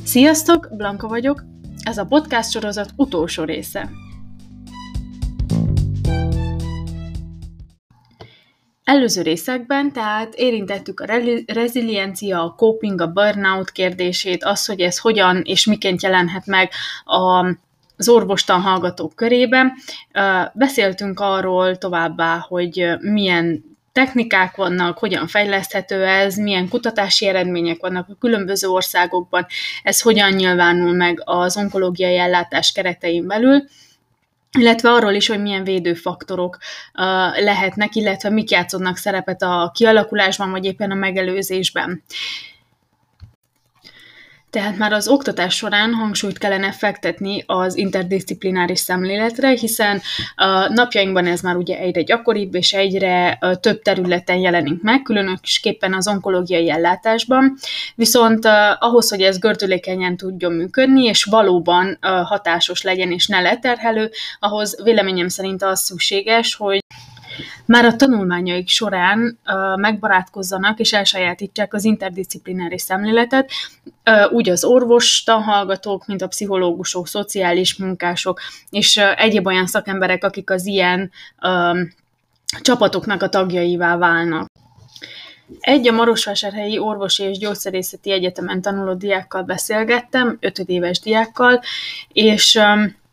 Sziasztok, Blanka vagyok, ez a podcast sorozat utolsó része. Előző részekben tehát érintettük a reziliencia, a coping, a burnout kérdését, az, hogy ez hogyan és miként jelenhet meg az orvostan hallgatók körében. Beszéltünk arról továbbá, hogy milyen technikák vannak, hogyan fejleszthető ez, milyen kutatási eredmények vannak a különböző országokban, ez hogyan nyilvánul meg az onkológiai ellátás keretein belül, illetve arról is, hogy milyen védőfaktorok lehetnek, illetve mik játszodnak szerepet a kialakulásban, vagy éppen a megelőzésben. Tehát már az oktatás során hangsúlyt kellene fektetni az interdisziplináris szemléletre, hiszen napjainkban ez már ugye egyre gyakoribb, és egyre több területen jelenik meg, különösképpen az onkológiai ellátásban. Viszont ahhoz, hogy ez gördülékenyen tudjon működni, és valóban hatásos legyen, és ne leterhelő, ahhoz véleményem szerint az szükséges, hogy már a tanulmányaik során megbarátkozzanak és elsajátítsák az interdisziplináris szemléletet, úgy az orvostanhallgatók, mint a pszichológusok, szociális munkások, és egyéb olyan szakemberek, akik az ilyen csapatoknak a tagjaivá válnak. A Marosvásárhelyi Orvosi és Gyógyszerészeti Egyetemen tanuló diákkal beszélgettem, 5 éves diákkal, és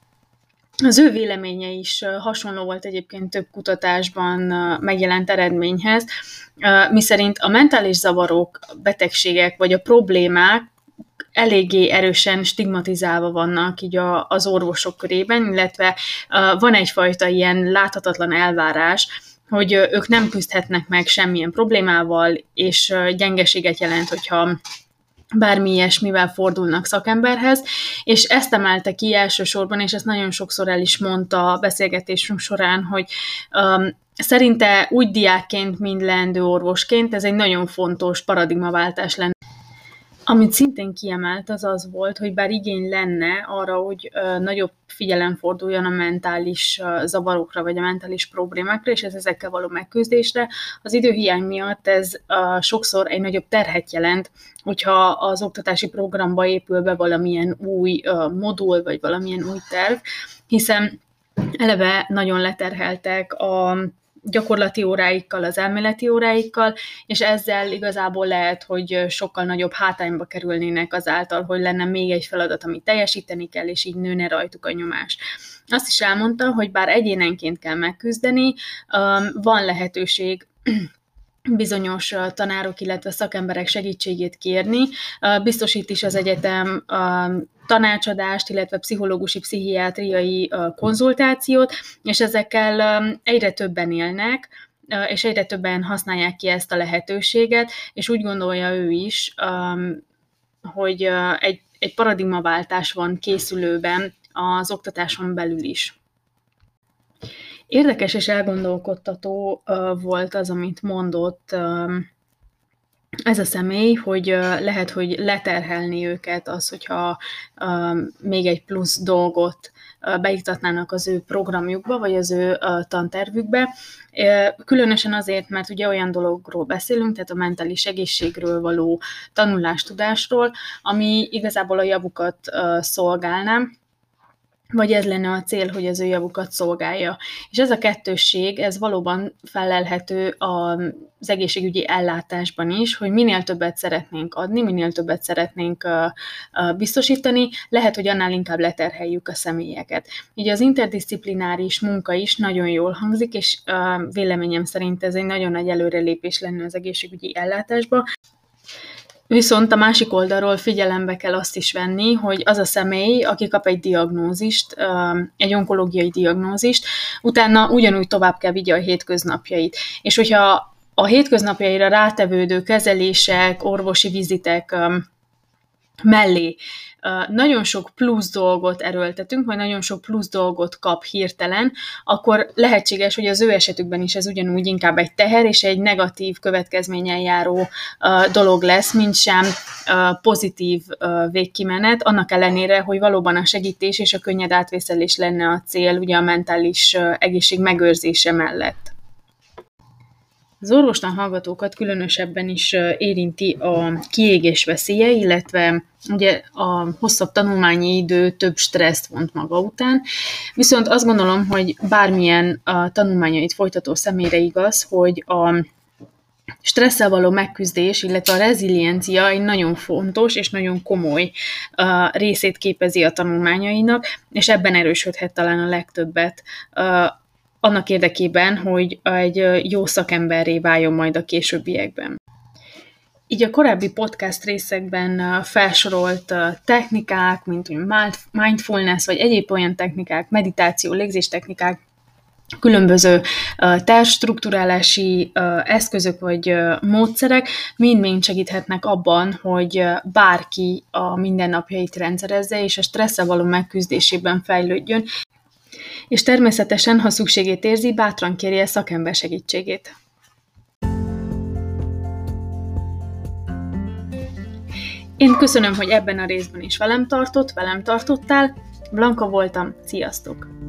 az ő véleménye is hasonló volt egyébként több kutatásban megjelent eredményhez, miszerint a mentális zavarok, betegségek vagy a problémák eléggé erősen stigmatizálva vannak így az orvosok körében, illetve van egyfajta ilyen láthatatlan elvárás, hogy ők nem küzdhetnek meg semmilyen problémával, és gyengeséget jelent, hogyha bármi ilyesmivel fordulnak szakemberhez, és ezt emelte ki elsősorban, és ezt nagyon sokszor el is mondta a beszélgetésünk során, hogy szerinte úgy diákként, mint leendő orvosként ez egy nagyon fontos paradigmaváltás lenne. Amit szintén kiemelt, az az volt, hogy bár igény lenne arra, hogy nagyobb figyelem forduljon a mentális zavarokra, vagy a mentális problémákra, és ezekkel való megküzdésre, az időhiány miatt ez sokszor egy nagyobb terhet jelent, hogyha az oktatási programba épül be valamilyen új modul, vagy valamilyen új terv, hiszen eleve nagyon leterheltek a gyakorlati óráikkal, az elméleti óráikkal, és ezzel igazából lehet, hogy sokkal nagyobb hátrányba kerülnének azáltal, hogy lenne még egy feladat, amit teljesíteni kell, és így nőne rajtuk a nyomás. Azt is elmondta, hogy bár egyénenként kell megküzdeni, van lehetőség bizonyos tanárok, illetve szakemberek segítségét kérni. Biztosít is az egyetem tanácsadást, illetve pszichológusi, pszichiátriai konzultációt, és ezekkel egyre többen élnek, és egyre többen használják ki ezt a lehetőséget, és úgy gondolja ő is, hogy egy paradigmaváltás van készülőben az oktatáson belül is. Érdekes és elgondolkodtató volt az, amit mondott ez a személy, hogy lehet, hogy leterhelni őket az, hogyha még egy plusz dolgot beiktatnának az ő programjukba, vagy az ő tantervükbe. Különösen azért, mert ugye olyan dologról beszélünk, tehát a mentális egészségről való tanulástudásról, ami igazából a javukat szolgálná, vagy ez lenne a cél, hogy az ő javukat szolgálja. És ez a kettősség, ez valóban felelhető az egészségügyi ellátásban is, hogy minél többet szeretnénk adni, minél többet szeretnénk biztosítani, lehet, hogy annál inkább leterheljük a személyeket. Így az interdisziplináris munka is nagyon jól hangzik, és véleményem szerint ez egy nagyon nagy előrelépés lenne az egészségügyi ellátásban. Viszont a másik oldalról figyelembe kell azt is venni, hogy az a személy, aki kap egy diagnózist, egy onkológiai diagnózist, utána ugyanúgy tovább kell vigye a hétköznapjait. És hogyha a hétköznapjaira rátevődő kezelések, orvosi vizitek mellé nagyon sok plusz dolgot erőltetünk, vagy nagyon sok plusz dolgot kap hirtelen, akkor lehetséges, hogy az ő esetükben is ez ugyanúgy inkább egy teher és egy negatív következménnyel járó dolog lesz, mint sem pozitív végkimenet, annak ellenére, hogy valóban a segítés és a könnyed átvészelés lenne a cél ugye a mentális egészség megőrzése mellett. Az orvostan hallgatókat különösebben is érinti a kiégés veszélye, illetve ugye a hosszabb tanulmányi idő több stresszt vont maga után. Viszont azt gondolom, hogy bármilyen a tanulmányait folytató személyre igaz, hogy a stresszel való megküzdés, illetve a reziliencia egy nagyon fontos és nagyon komoly részét képezi a tanulmányainak, és ebben erősödhet talán a legtöbbet annak érdekében, hogy egy jó szakemberré váljon majd a későbbiekben. Így a korábbi podcast részekben felsorolt technikák, mint mindfulness, vagy egyéb olyan technikák, meditáció, légzéstechnikák, különböző tervstrukturálási eszközök vagy módszerek mind-mind segíthetnek abban, hogy bárki a mindennapjait rendszerezze, és a stresszel való megküzdésében fejlődjön, és természetesen, ha szükségét érzi, bátran kérje szakember segítségét. Én köszönöm, hogy ebben a részben is velem tartottál. Blanka voltam, sziasztok!